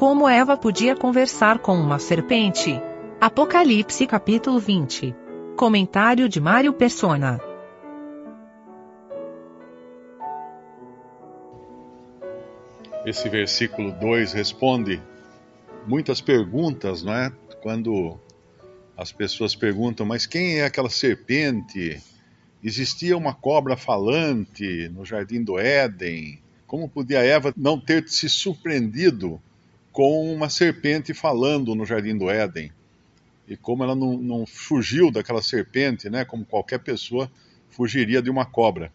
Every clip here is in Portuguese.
Como Eva podia conversar com uma serpente? Apocalipse capítulo 20. Comentário de Mário Persona. Esse versículo 2 responde muitas perguntas, não é? Quando as pessoas perguntam, mas quem é aquela serpente? Existia uma cobra falante no jardim do Éden? Como podia Eva não ter se surpreendido com uma serpente falando no jardim do Éden? E como ela não fugiu daquela serpente, né? Como qualquer pessoa fugiria de uma cobra.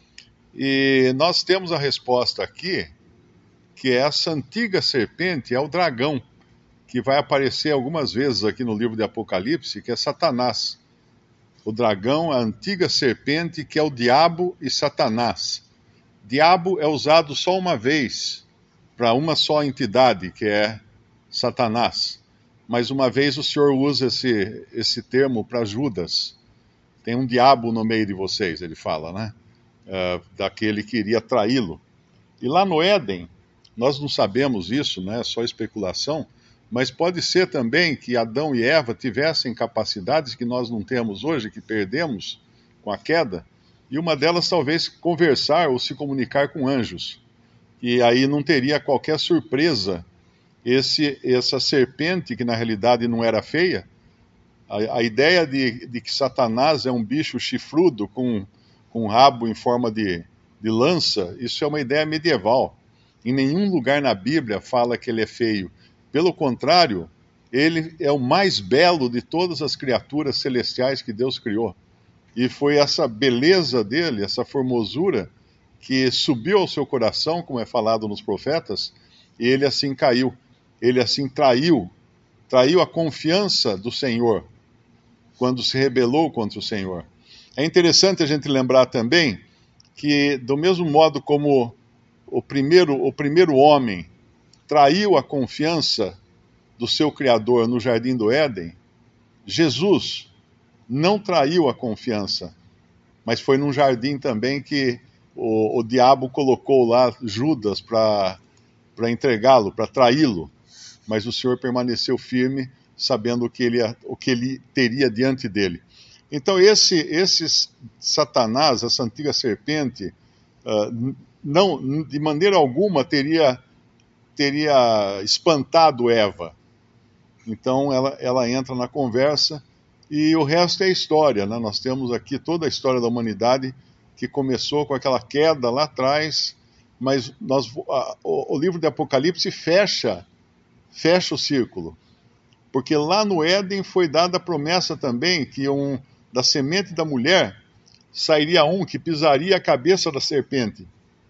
E nós temos a resposta aqui, que essa antiga serpente é o dragão, que vai aparecer algumas vezes aqui no livro de Apocalipse, que é Satanás. O dragão, a antiga serpente, que é o diabo e Satanás. Diabo é usado só uma vez, para uma só entidade, que é Satanás. Mas uma vez o Senhor usa esse termo para Judas. Tem um diabo no meio de vocês, ele fala, né? Daquele que iria traí-lo. E lá no Éden, nós não sabemos isso, né? É só especulação, mas pode ser também que Adão e Eva tivessem capacidades que nós não temos hoje, que perdemos com a queda, e uma delas talvez conversar ou se comunicar com anjos. E aí não teria qualquer surpresa essa serpente, que na realidade não era feia. A ideia de que Satanás é um bicho chifrudo com um rabo em forma de lança, isso é uma ideia medieval. Em nenhum lugar na Bíblia fala que ele é feio. Pelo contrário, ele é o mais belo de todas as criaturas celestiais que Deus criou. E foi essa beleza dele, essa formosura, que subiu ao seu coração, como é falado nos profetas, e ele assim caiu. Ele assim traiu a confiança do Senhor, quando se rebelou contra o Senhor. É interessante a gente lembrar também que, do mesmo modo como o primeiro homem traiu a confiança do seu Criador no jardim do Éden, Jesus não traiu a confiança, mas foi num jardim também que o diabo colocou lá Judas para entregá-lo, para traí-lo, mas o Senhor permaneceu firme, sabendo o que ele teria diante dele. Então esse Satanás, essa antiga serpente, não, de maneira alguma teria espantado Eva. Então ela entra na conversa e o resto é história, né? Nós temos aqui toda a história da humanidade, que começou com aquela queda lá atrás, mas o livro de Apocalipse fecha o círculo, porque lá no Éden foi dada a promessa também que da semente da mulher sairia um que pisaria a cabeça da serpente.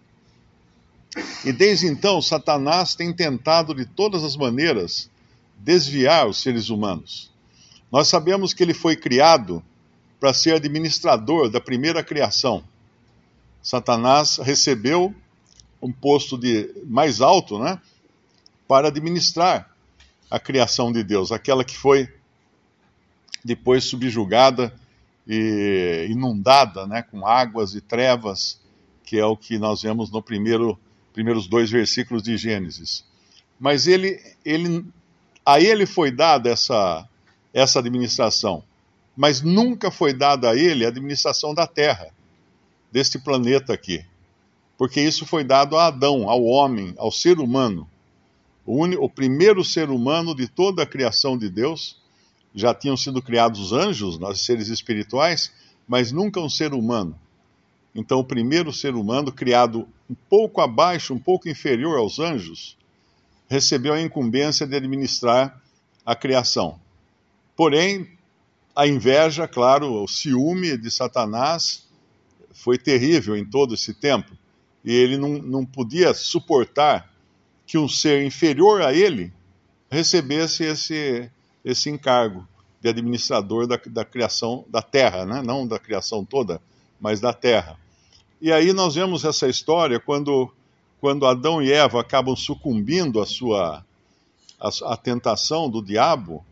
E desde então, Satanás tem tentado de todas as maneiras desviar os seres humanos. Nós sabemos que ele foi criado para ser administrador da primeira criação. Satanás recebeu um posto mais alto, né, para administrar a criação de Deus, aquela que foi depois subjugada e inundada, né, com águas e trevas, que é o que nós vemos nos primeiros 2 versículos de Gênesis. Mas a ele foi dada essa administração, mas nunca foi dada a ele a administração da terra, deste planeta aqui, porque isso foi dado a Adão, ao homem, ao ser humano. O primeiro ser humano de toda a criação de Deus. Já tinham sido criados os anjos, nós seres espirituais, mas nunca um ser humano. Então o primeiro ser humano, criado um pouco abaixo, um pouco inferior aos anjos, recebeu a incumbência de administrar a criação. Porém, a inveja, claro, o ciúme de Satanás foi terrível em todo esse tempo. E ele não podia suportar que um ser inferior a ele recebesse esse encargo de administrador da criação da terra, né? Não da criação toda, mas da terra. E aí nós vemos essa história quando Adão e Eva acabam sucumbindo à tentação do diabo.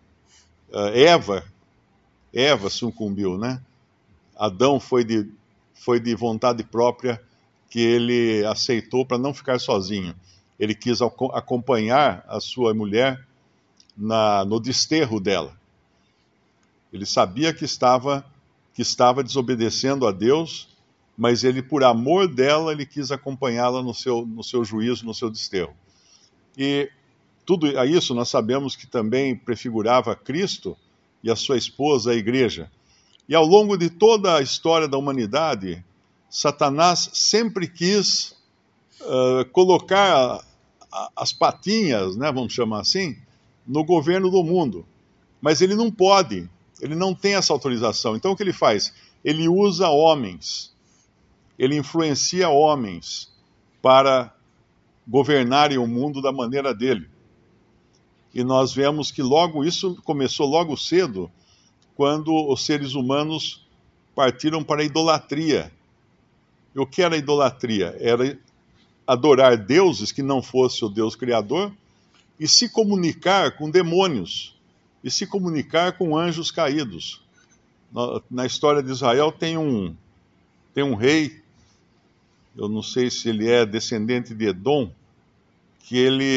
Eva sucumbiu, né? Adão foi de vontade própria que ele aceitou para não ficar sozinho. ele quis acompanhar a sua mulher no desterro dela. Ele sabia que estava desobedecendo a Deus, mas ele, por amor dela, ele quis acompanhá-la no seu juízo, no seu desterro. E tudo a isso nós sabemos que também prefigurava Cristo e a sua esposa, a igreja. E ao longo de toda a história da humanidade, Satanás sempre quis colocar as patinhas, né, vamos chamar assim, no governo do mundo. Mas ele não pode, ele não tem essa autorização. Então o que ele faz? Ele usa homens, ele influencia homens para governarem o mundo da maneira dele. E nós vemos que isso começou logo cedo, quando os seres humanos partiram para a idolatria. E o que era a idolatria? Era adorar deuses que não fosse o Deus Criador e se comunicar com demônios, e se comunicar com anjos caídos. Na história de Israel tem um rei, eu não sei se ele é descendente de Edom, que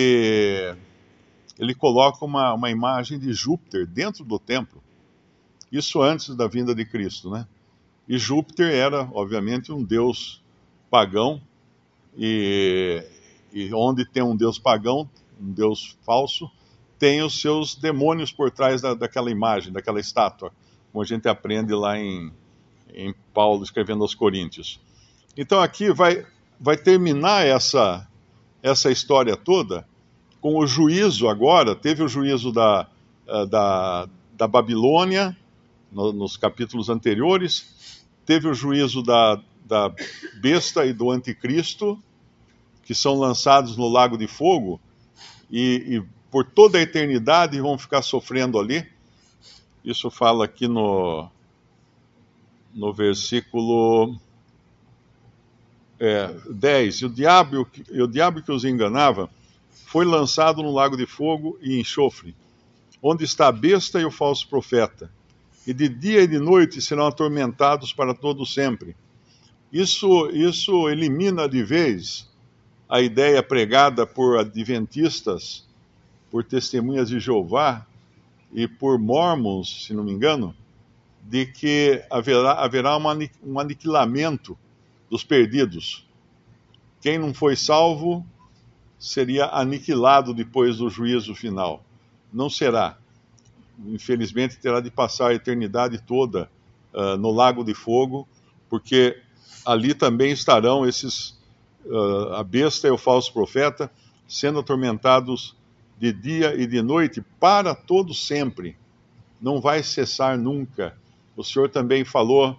ele coloca uma imagem de Júpiter dentro do templo. Isso antes da vinda de Cristo, né? E Júpiter era, obviamente, um deus pagão, e onde tem um deus pagão, um deus falso, tem os seus demônios por trás daquela imagem, daquela estátua, como a gente aprende lá em Paulo escrevendo aos Coríntios. Então aqui vai terminar essa história toda com o juízo agora. Teve o juízo da Babilônia, nos capítulos anteriores, teve o juízo da besta e do anticristo, que são lançados no lago de fogo, e por toda a eternidade vão ficar sofrendo ali. Isso fala aqui no versículo 10. E o diabo que os enganava foi lançado no lago de fogo e enxofre, onde está a besta e o falso profeta. E de dia e de noite serão atormentados para todo sempre. Isso elimina de vez a ideia pregada por adventistas, por testemunhas de Jeová e por mormons, se não me engano, de que haverá um aniquilamento dos perdidos. Quem não foi salvo seria aniquilado depois do juízo final. Não será. Infelizmente terá de passar a eternidade toda no lago de fogo, porque ali também estarão a besta e o falso profeta sendo atormentados de dia e de noite para todo sempre. Não vai cessar nunca. O Senhor também falou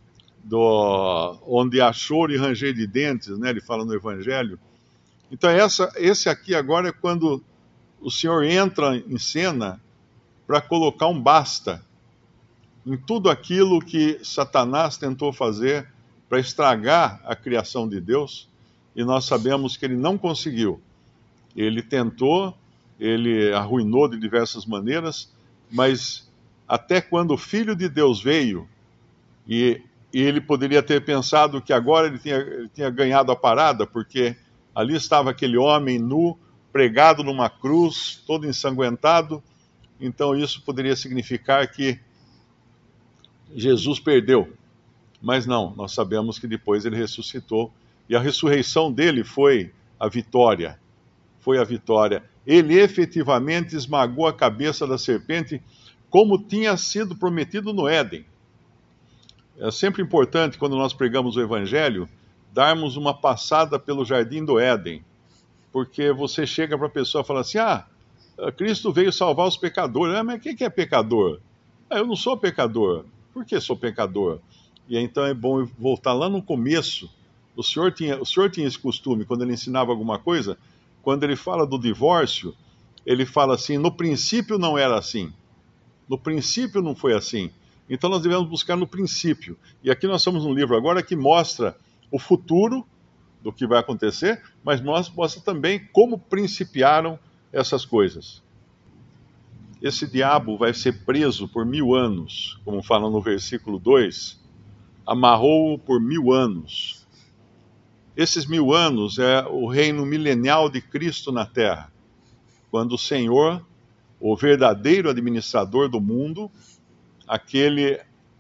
onde há choro e ranger de dentes, né? Ele fala no Evangelho. Então esse aqui agora é quando o Senhor entra em cena para colocar um basta em tudo aquilo que Satanás tentou fazer para estragar a criação de Deus, e nós sabemos que ele não conseguiu. Ele tentou, ele arruinou de diversas maneiras, mas até quando o Filho de Deus veio, e ele poderia ter pensado que agora ele tinha ganhado a parada, porque ali estava aquele homem nu, pregado numa cruz, todo ensanguentado. Então isso poderia significar que Jesus perdeu. Mas não, nós sabemos que depois ele ressuscitou, e a ressurreição dele foi a vitória. Foi a vitória. Ele efetivamente esmagou a cabeça da serpente, como tinha sido prometido no Éden. É sempre importante, quando nós pregamos o Evangelho, darmos uma passada pelo jardim do Éden, porque você chega para a pessoa e fala assim: Cristo veio salvar os pecadores. Mas quem que é pecador? Eu não sou pecador. Por que sou pecador? E então é bom voltar lá no começo. O senhor tinha esse costume, quando ele ensinava alguma coisa, quando ele fala do divórcio, ele fala assim: no princípio não era assim. No princípio não foi assim. Então nós devemos buscar no princípio. E aqui nós estamos num livro agora que mostra o futuro do que vai acontecer, mas mostra também como principiaram essas coisas. Esse diabo vai ser preso por 1000 anos, como fala no versículo 2, amarrou-o por 1000 anos. Esses 1000 anos é o reino milenial de Cristo na Terra, quando o Senhor, o verdadeiro administrador do mundo, aquele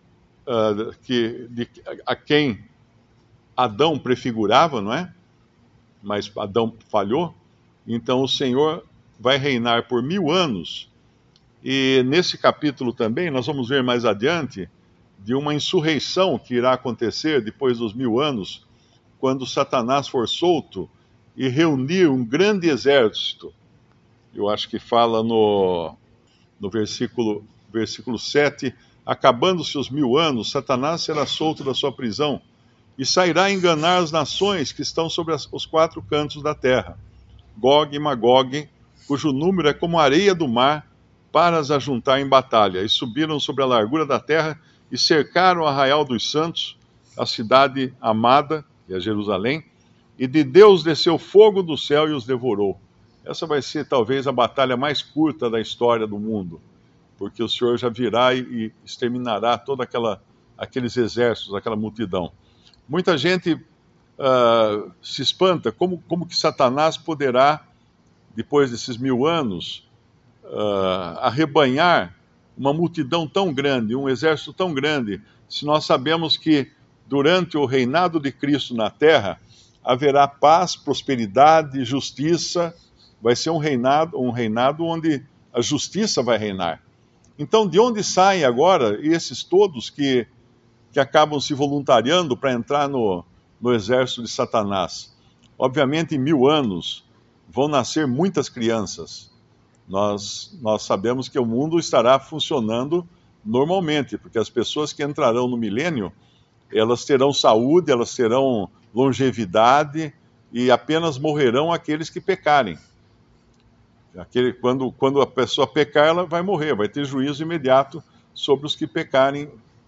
a quem Adão prefigurava, não é? Mas Adão falhou, então o Senhor vai reinar por 1000 anos. E nesse capítulo também, nós vamos ver mais adiante, de uma insurreição que irá acontecer depois dos 1000 anos, quando Satanás for solto e reunir um grande exército. Eu acho que fala no versículo 7, acabando-se os 1000 anos, Satanás será solto da sua prisão e sairá a enganar as nações que estão sobre os 4 cantos da terra, Gog e Magog, cujo número é como a areia do mar, para as ajuntar em batalha. E subiram sobre a largura da terra e cercaram o arraial dos santos, a cidade amada, que é Jerusalém, e de Deus desceu fogo do céu e os devorou. Essa vai ser talvez a batalha mais curta da história do mundo, porque o Senhor já virá e exterminará todos aqueles exércitos, aquela multidão. Muita gente se espanta, como que Satanás poderá, depois desses 1000 anos, arrebanhar uma multidão tão grande, um exército tão grande, se nós sabemos que durante o reinado de Cristo na terra haverá paz, prosperidade, justiça, vai ser um reinado onde a justiça vai reinar. Então, de onde saem agora esses todos que acabam se voluntariando para entrar no exército de Satanás? Obviamente, em 1000 anos vão nascer muitas crianças. Nós sabemos que o mundo estará funcionando normalmente, porque as pessoas que entrarão no milênio, elas terão saúde, elas terão longevidade, e apenas morrerão aqueles que pecarem. Quando a pessoa pecar, ela vai morrer, vai ter juízo imediato sobre os que pecarem.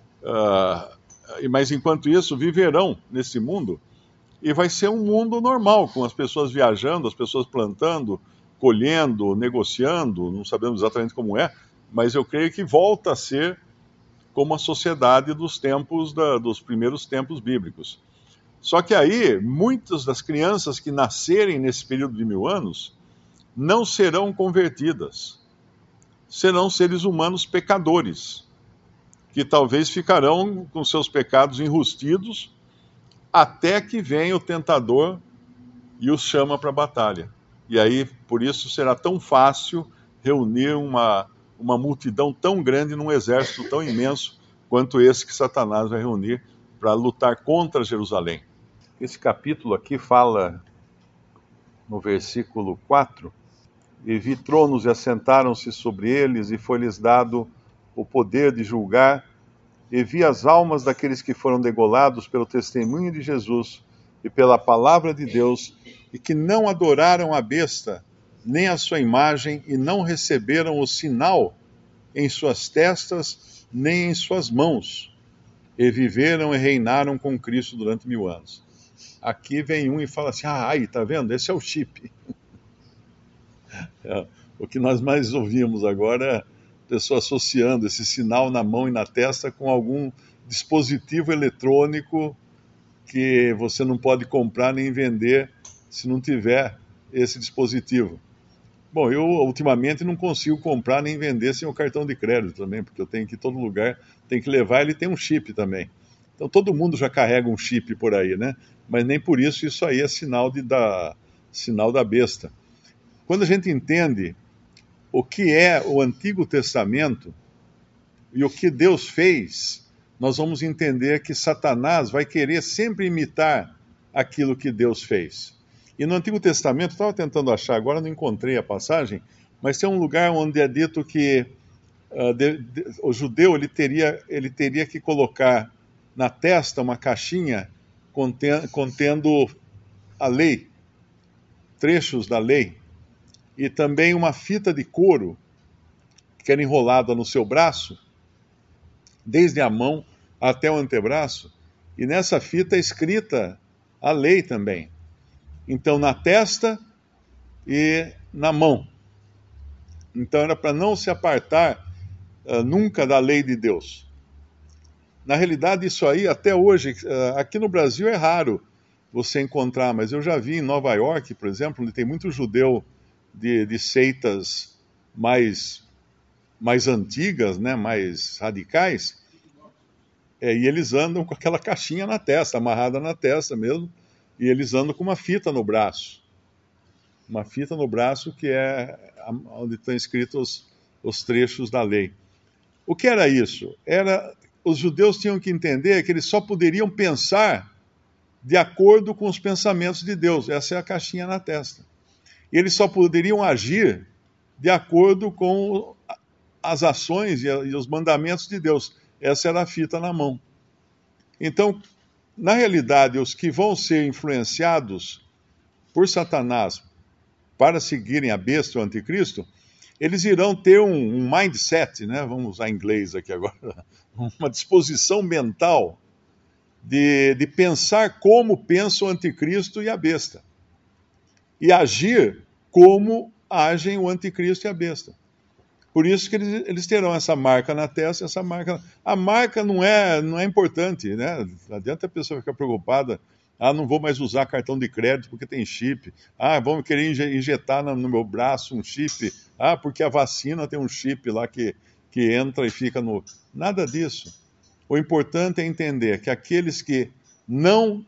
Mas enquanto isso, viverão nesse mundo, e vai ser um mundo normal, com as pessoas viajando, as pessoas plantando, colhendo, negociando, não sabemos exatamente como é, mas eu creio que volta a ser como a sociedade dos dos primeiros tempos bíblicos. Só que aí, muitas das crianças que nascerem nesse período de 1000 anos não serão convertidas. Serão seres humanos pecadores, que talvez ficarão com seus pecados enrustidos, até que venha o tentador e os chama para a batalha. E aí, por isso, será tão fácil reunir uma multidão tão grande num exército tão imenso quanto esse que Satanás vai reunir para lutar contra Jerusalém. Esse capítulo aqui fala, no versículo 4, e vi tronos e assentaram-se sobre eles, e foi-lhes dado o poder de julgar, e vi as almas daqueles que foram degolados pelo testemunho de Jesus e pela palavra de Deus, e que não adoraram a besta, nem a sua imagem, e não receberam o sinal em suas testas, nem em suas mãos, e viveram e reinaram com Cristo durante 1000 anos. Aqui vem um e fala assim, aí, tá vendo? Esse é o chip. O que nós mais ouvimos agora é a pessoa associando esse sinal na mão e na testa com algum dispositivo eletrônico que você não pode comprar nem vender se não tiver esse dispositivo. Bom, eu ultimamente não consigo comprar nem vender sem o cartão de crédito também, porque eu tenho que ir em todo lugar, tem que levar, ele tem um chip também. Então todo mundo já carrega um chip por aí, né? Mas nem por isso aí é sinal da besta. Quando a gente entende o que é o Antigo Testamento e o que Deus fez, nós vamos entender que Satanás vai querer sempre imitar aquilo que Deus fez. E no Antigo Testamento, estava tentando achar, agora não encontrei a passagem, mas tem um lugar onde é dito que o judeu ele teria que colocar na testa uma caixinha contendo a lei, trechos da lei, e também uma fita de couro que era enrolada no seu braço, desde a mão até o antebraço, e nessa fita é escrita a lei também. Então, na testa e na mão. Então, era para não se apartar nunca da lei de Deus. Na realidade, isso aí, até hoje, aqui no Brasil é raro você encontrar, mas eu já vi em Nova York, por exemplo, onde tem muito judeu de seitas mais antigas, né, mais radicais, e eles andam com aquela caixinha na testa, amarrada na testa mesmo, e eles andam com uma fita no braço. Uma fita no braço que é onde estão escritos os trechos da lei. O que era isso? Os judeus tinham que entender que eles só poderiam pensar de acordo com os pensamentos de Deus. Essa é a caixinha na testa. E eles só poderiam agir de acordo com as ações e os mandamentos de Deus. Essa era a fita na mão. Então, na realidade, os que vão ser influenciados por Satanás para seguirem a besta, o anticristo, eles irão ter um mindset, né? Vamos usar inglês aqui agora, uma disposição mental de pensar como pensa o anticristo e a besta. E agir como agem o anticristo e a besta. Por isso que eles terão essa marca na testa, essa marca. A marca não é importante, né? Não adianta a pessoa ficar preocupada. Não vou mais usar cartão de crédito porque tem chip. Vamos querer injetar no meu braço um chip. Porque a vacina tem um chip lá que entra e fica no... Nada disso. O importante é entender que aqueles que não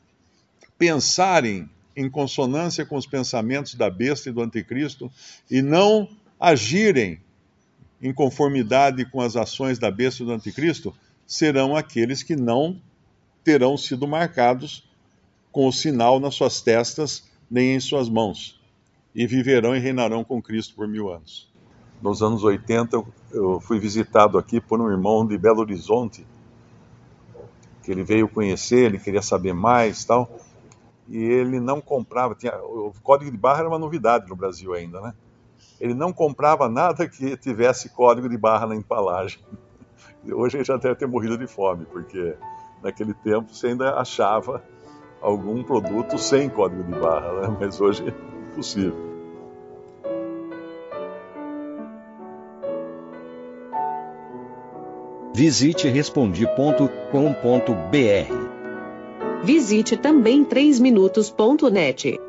pensarem em consonância com os pensamentos da besta e do anticristo e não agirem em conformidade com as ações da besta e do anticristo, serão aqueles que não terão sido marcados com o sinal nas suas testas nem em suas mãos, e viverão e reinarão com Cristo por 1000 anos. Nos anos 80, eu fui visitado aqui por um irmão de Belo Horizonte, que ele veio conhecer, ele queria saber mais, tal, e ele não comprava, o código de barra era uma novidade no Brasil ainda, né? Ele não comprava nada que tivesse código de barra na embalagem. Hoje ele já deve ter morrido de fome, porque naquele tempo você ainda achava algum produto sem código de barra, né? Mas hoje é impossível. Visite Respondi.com.br. Visite também 3minutos.net.